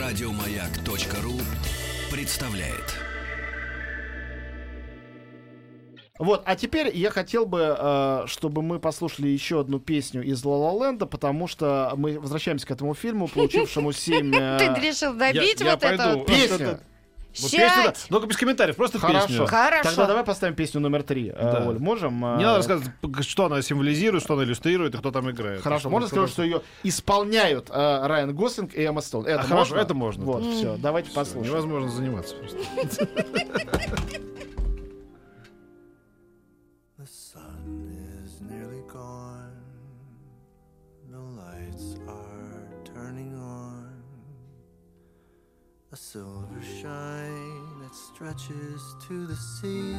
Радиомаяк.ру представляет. Вот, а теперь я хотел бы, чтобы мы послушали еще одну песню из «Ла Ла Ленда», потому что мы возвращаемся к этому фильму, получившему 7... Ты решил добить вот эту песню? Вот песню, да. Только без комментариев, просто песню. Хорошо. Тогда давай поставим песню номер 3. Да. Оль, можем? Не надо рассказывать, что она символизирует, что она иллюстрирует и кто там играет. Хорошо, можно сказать, что ее исполняют Райан Гослинг и Эмма Стоун. Это хорошо, можно? это можно. Вот, все, давайте послушаем. Невозможно заниматься просто. The sun is nearly gone. The lights are turning on. A silver shine that stretches to the sea.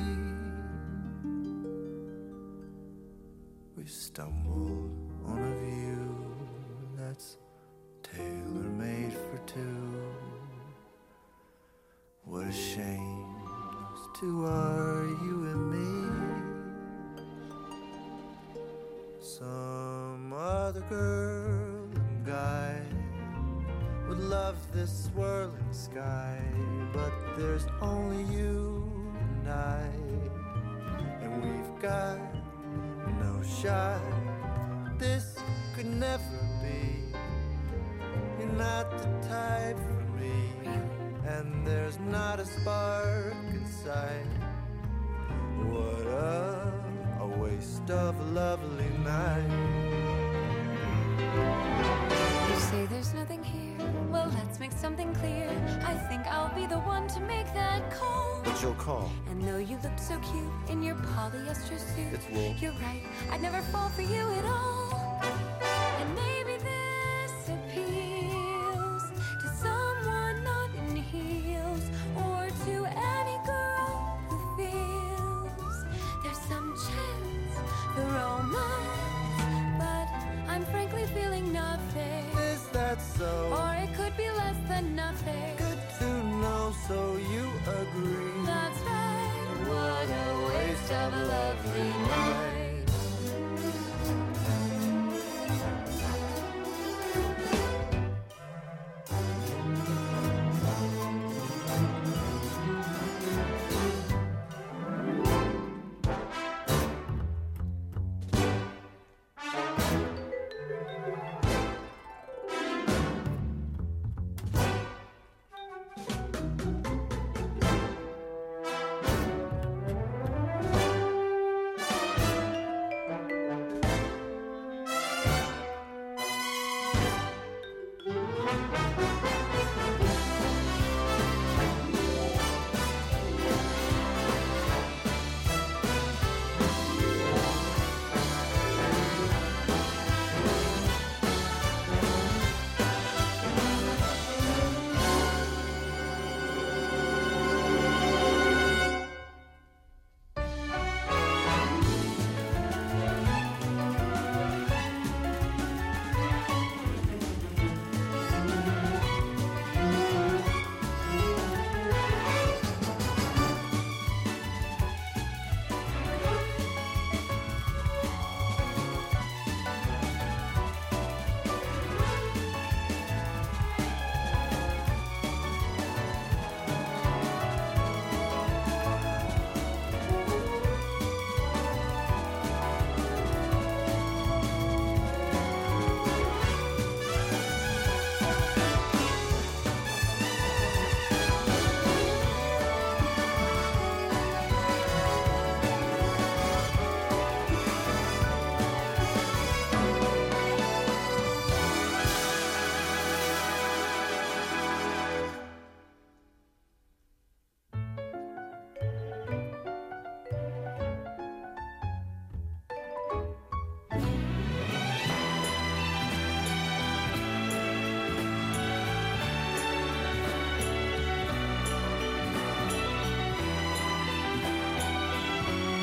We've stumbled on a view that's tailor-made for two. What a shame those two are, you and me. Some other girl and guy would love this swirling sky, but there's only you and I, and we've got no shot. This could never be. You're not the type for me, and there's not a spark inside. What a waste of a lovely night. You say there's nothing here. Well, let's make something clear. I think I'll be the one to make that call. What's your call? And though you look so cute in your polyester suit, It's wool. you're right, I'd never fall for you at all. And maybe this appeals to someone not in heels, or to any girl who feels there's some chance for romance, but I'm frankly feeling nothing. Is that so? Or it could be less than nothing. Good to know, so you agree. That's right. What a waste of a lovely night.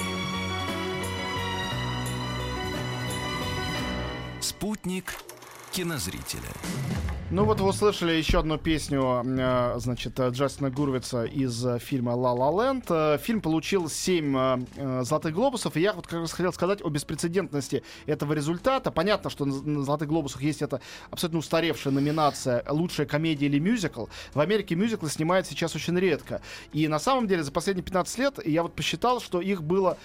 Спутник кинозрителя. Ну вот вы услышали еще одну песню, значит, Джастина Гурвица из фильма «Ла Ла Ленд». Фильм получил 7 «Золотых глобусов», и я вот как раз хотел сказать о беспрецедентности этого результата. Понятно, что на «Золотых глобусах» есть эта абсолютно устаревшая номинация «Лучшая комедия или мюзикл». В Америке мюзиклы снимают сейчас очень редко. И на самом деле за последние 15 лет я вот посчитал, что их было...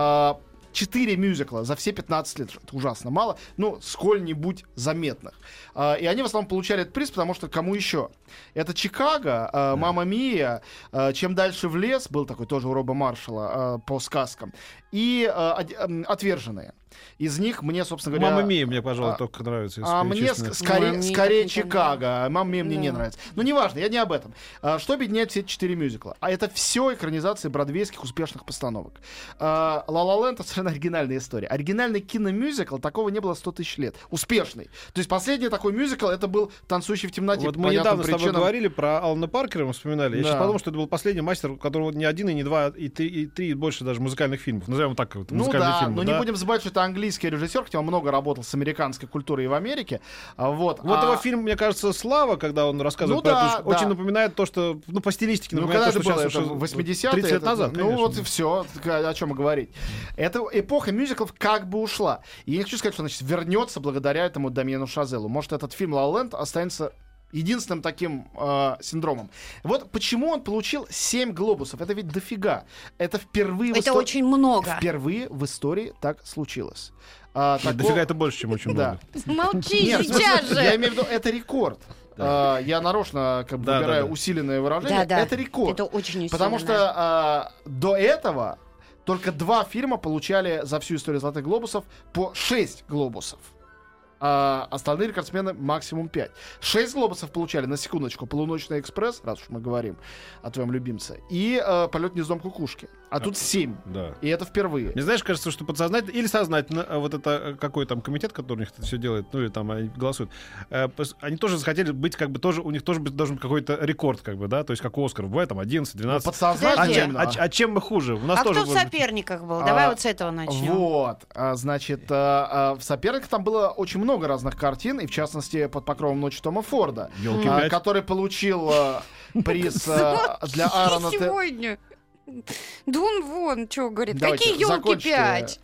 4 мюзикла за все 15 лет. Это ужасно мало, но сколь-нибудь заметных. И они в основном получали этот приз, потому что кому еще? Это «Чикаго», «Мамма Мия», «Чем дальше в лес», был такой тоже у Роба Маршалла по сказкам, и «Отверженные». Из них мне, собственно говоря... «Мамма Мия» мне, пожалуй, только нравится. Мне скорее «Чикаго». «Мамма Мия» мне не нравится. Но неважно, я не об этом. Что объединяет все эти 4 мюзикла? А это все экранизации бродвейских успешных постановок. «Ла Ла Ленд» — это совершенно оригинальная история. Оригинальный киномюзикл, такого не было 100 тысяч лет. Успешный. То есть последний такой мюзикл — это был «Танцующий в темноте». Вот мы недавно с тобой говорили про Алана Паркера, мы вспоминали. Я сейчас подумал, что это был последний мастер, у которого не один, и не два, и три, и больше даже музыкальных фильмов. Назовем так, музыкальные фильмы. Но не будем забывать, что это английский режиссер, хотя он много работал с американской культурой и в Америке. Вот его фильм, мне кажется, «Слава», когда он рассказывает про это, очень напоминает то, что, по стилистике напоминает то, что сейчас уже 80-е. 30 лет назад, конечно. Ну вот и все, о чем и говорить. Эта эпоха мюзиклов как бы ушла. И я не хочу сказать, что значит вернется благодаря этому Дамьену Шазелу. Может, этот фильм «Ла Ла Ленд» останется единственным таким синдромом. Вот почему он получил 7 глобусов. Это ведь дофига. Это впервые это очень много. Впервые в истории так случилось. Дофига это больше, чем очень много. Молчи сейчас же. Я имею в виду, это рекорд. Я нарочно выбираю усиленное выражение. Это рекорд. Это очень усиленное. Потому что до этого только 2 фильма получали за всю историю «Золотых глобусов» по 6 глобусов. Остальные рекордсмены максимум 5. 6 глобусов получали, на секундочку, «Полуночный экспресс», раз уж мы говорим о твоем любимце, и «Полет гнездом кукушки». А тут 7. Да. И это впервые. Мне, знаешь, кажется, что подсознательно или сознательно вот это какой там комитет, который у них это все делает, ну или там они голосуют, они тоже захотели быть тоже, у них тоже должен быть какой-то рекорд, да, то есть как у Оскаров, бывает там 11, 12. Подсознательно. А чем мы хуже? У нас тоже кто в соперниках был? Давай вот с этого начнем. Вот. Значит, в соперниках там было очень много разных картин, и в частности «Под покровом ночи» Тома Форда, который получил приз для Аарона... Сегодня. Дун вон, что говорит, Давайте, какие елки 5?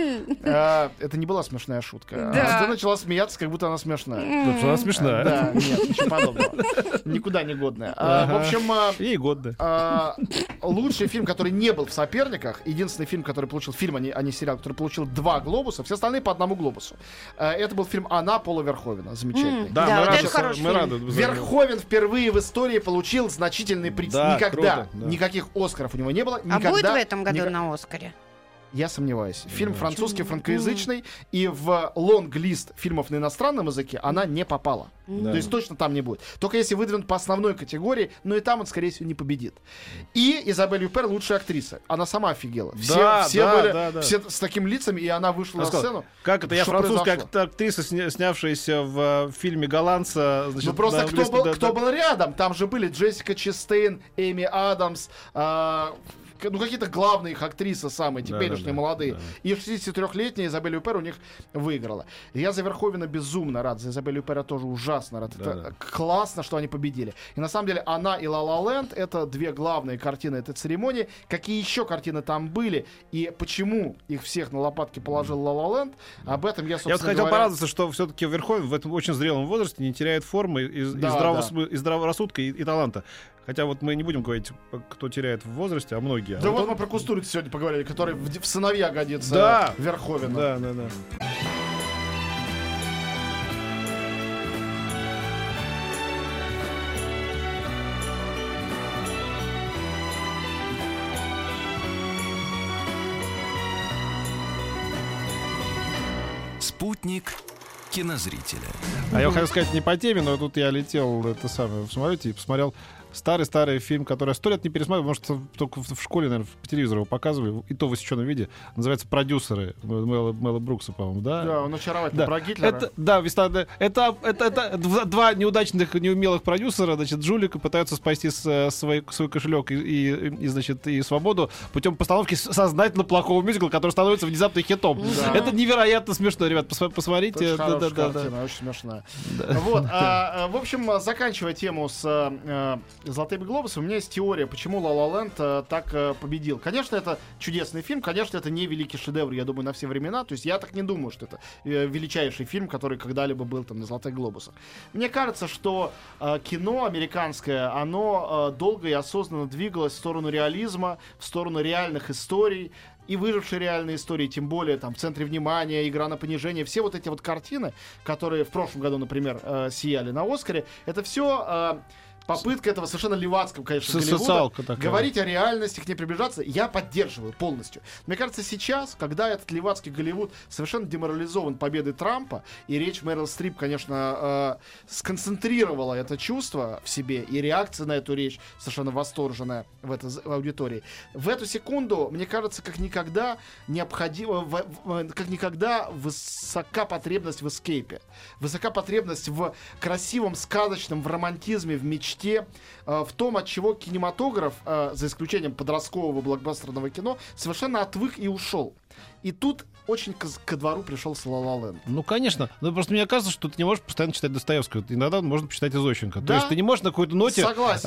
Это не была смешная шутка. Да. Ты начала смеяться, как будто она смешная. Потому что она смешная. Да, нет, ничего подобного. Никуда не годная. В общем, ей годная. лучший фильм, который не был в соперниках, единственный фильм, который получил, фильм, а не сериал, который получил 2 глобуса, все остальные по 1 глобусу. Это был фильм «Она» Пола Верховена. Замечательный. Да, это хороший фильм. Верховен впервые в истории получил значительный приз. Да, никогда. круто, да. Никаких Оскаров у него не было. А будет в этом году на Оскаре? Я сомневаюсь. Фильм французский, франкоязычный, и в лонг-лист фильмов на иностранном языке она не попала. То есть точно там не будет. Только если выдвинут по основной категории, но и там он, скорее всего, не победит. И Изабель Юппер лучшая актриса. Она сама офигела. Все были с такими лицами, и она вышла на сцену. Как это? Я французская актриса, снявшаяся в фильме «Голландца». Ну просто кто был рядом? Там же были Джессика Честейн, Эми Адамс, какие-то главные их актрисы самые теперешние, молодые. И 63-летняя Изабель Юппер у них выиграла. Я за Верховена безумно рад. За Изабель Юппер я тоже ужасно рад. Это классно, что они победили. И на самом деле «Она» и «Ла Ла Ленд» — это 2 главные картины этой церемонии. Какие еще картины там были и почему их всех на лопатки положил «Ла Ла Ленд», об этом я, собственно хотел порадоваться, что все-таки Верховен в этом очень зрелом возрасте не теряет формы и здравого рассудка и таланта. Хотя вот мы не будем говорить, кто теряет в возрасте, а многие. Да вот мы про Кустурицу сегодня поговорили, который в сыновья годится Верховена. Да. Спутник кинозрителя. А я хотел сказать не по теме, но тут я летел в самолете и посмотрел старый фильм, который я 100 лет не пересматривал, потому что только в школе, наверное, по телевизору его показывали, и то в иссеченном виде. Называется «Продюсеры» Мэла Брукса, по-моему, да? Да, он очаровательный. Да. Про Гитлера. Это два неудачных, неумелых продюсера, значит, жулика пытаются спасти свой кошелек и свободу путем постановки сознательно плохого мюзикла, который становится внезапно хитом. Да. Это невероятно смешно, ребят, посмотрите. Очень хорошая картина, очень смешная. Вот, в общем, заканчивая тему с «Золотыми глобусами», у меня есть теория, почему «Ла Ла Ленд» так победил. Конечно, это чудесный фильм, конечно, это не великий шедевр, я думаю, на все времена. То есть я так не думаю, что это величайший фильм, который когда-либо был там на «Золотых глобусах». Мне кажется, что кино американское, оно долго и осознанно двигалось в сторону реализма, в сторону реальных историй, и выжившие реальные истории, тем более там «В центре внимания», «Игра на понижение», все вот эти вот картины, которые в прошлом году, например, сияли на «Оскаре», это все попытка этого совершенно левацкого, конечно, Голливуда говорить о реальности, к ней приближаться, я поддерживаю полностью. Мне кажется, сейчас, когда этот левацкий Голливуд совершенно деморализован победой Трампа, и речь Мэрил Стрип, конечно, сконцентрировала это чувство в себе, и реакция на эту речь совершенно восторженная в аудитории. В эту секунду, мне кажется, как никогда необходимо, как никогда высока потребность в эскейпе, высока потребность в красивом, сказочном, в романтизме, в мечте, в том, от чего кинематограф, за исключением подросткового блокбастерного кино, совершенно отвык и ушел. И тут очень ко двору пришел «Ла Ла Ленд». Ну, конечно. Но просто мне кажется, что ты не можешь постоянно читать Достоевского. Иногда можно почитать и Зощенко. Да? То есть ты не можешь на какой-то ноте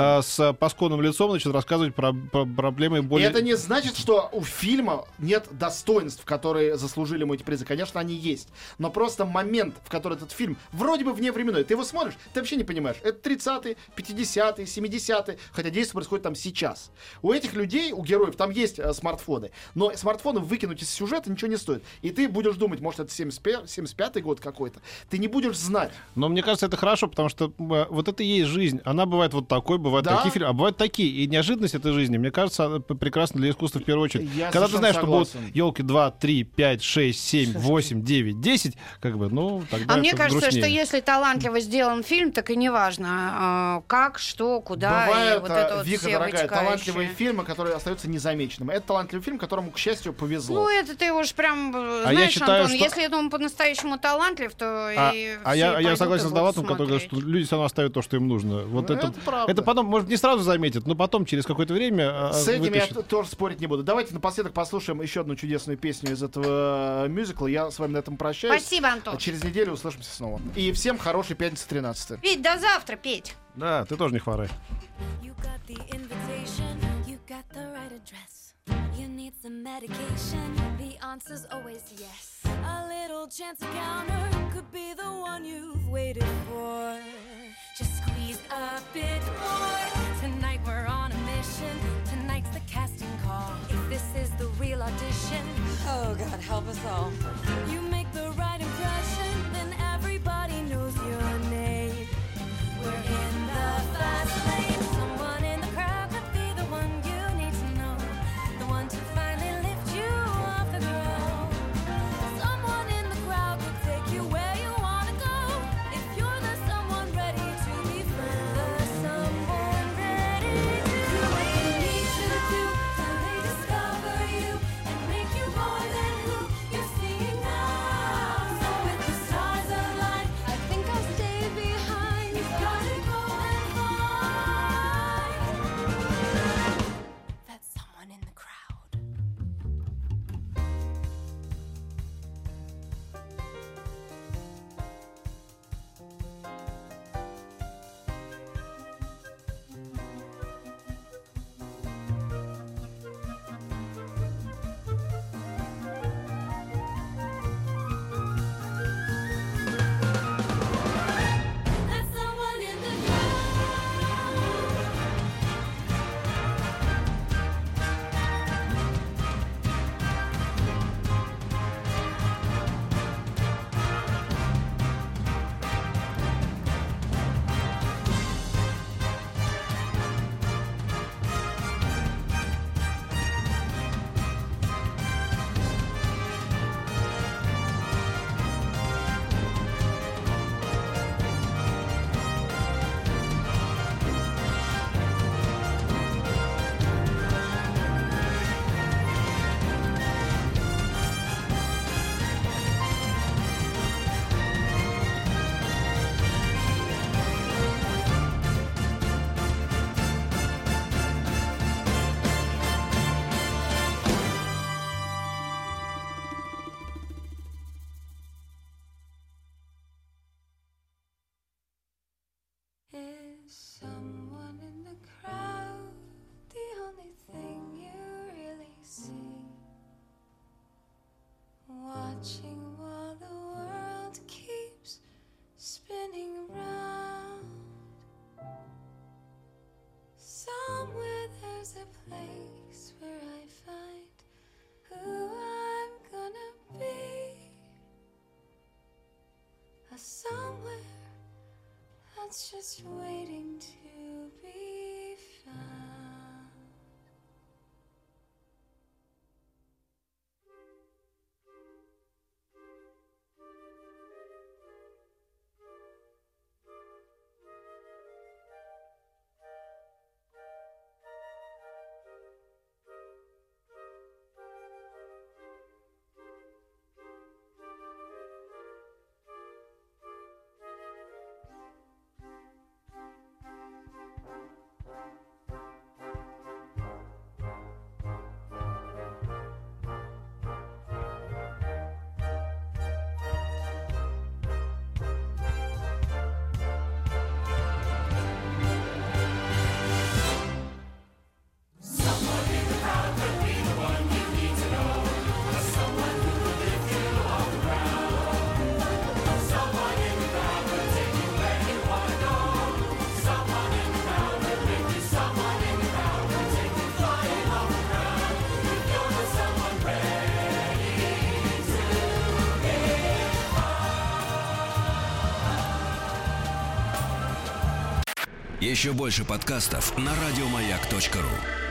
с пасконным лицом, значит, рассказывать про проблемы более... И это не значит, что у фильма нет достоинств, которые заслужили ему эти призы. Конечно, они есть. Но просто момент, в который этот фильм вроде бы вневременной, ты его смотришь, ты вообще не понимаешь. Это 30-е, 50-е, 70-е, хотя действие происходит там сейчас. У этих людей, у героев, там есть смартфоны. Но смартфоны выкинуть из сюжета ничего не стоит. И ты будешь думать, может, это 75-й год какой-то. Ты не будешь знать. Но мне кажется, это хорошо, потому что вот это и есть жизнь. Она бывает вот такой, бывают такие фильмы, а бывают такие. И неожиданность этой жизни, мне кажется, прекрасна для искусства в первую очередь. Когда ты знаешь, согласен. что будут елки 2, 3, 5, 6, 7, 8, 9, 10, как бы, ну, тогда А мне это кажется, грустнее. что если талантливо сделан фильм, так и неважно, как, что, куда. Бывают, и вот это вот Вика, все дорогая, вытекающие. талантливые фильмы, которые остаются незамеченными. Это талантливый фильм, которому, к счастью, повезло. Ну, это ты уж прям, я знаешь, считаю, Антон, что- если он по-настоящему талантлив, то и все я пойдут согласен и с будут Даватом, который говорит, смотреть. что люди все равно оставят то, что им нужно. Вот Ну, это, это правда. это потом, может, не сразу заметят, но потом, через какое-то время С этим я вытащат. тоже спорить не буду. Давайте напоследок послушаем еще одну чудесную песню из этого мюзикла. Я с вами на этом прощаюсь. Спасибо, Антон. Через неделю услышимся снова. И всем хорошей пятницы 13. Петь, до завтра, Петь. Да, ты тоже не хворай. You got the invitation, you got the right address. You need some medication, the answer's always yes. A little chance encounter could be the one you've waited for. Just squeeze a bit more. Tonight we're on a mission. Tonight's the casting call. If this is the real audition, Oh, God, help us all. you make the right impression, then everybody knows your name. We're in the fast lane. Someone in the crowd could be the one you need to know, the one to finally lift you off the ground. Someone in the crowd could take you where you wanna go. If you're the someone ready to be free, the someone ready to do what you need to do till they discover you and make you more than who you're seeing now. a somewhere that's just waiting to be found. Еще больше подкастов на радиомаяк.ру.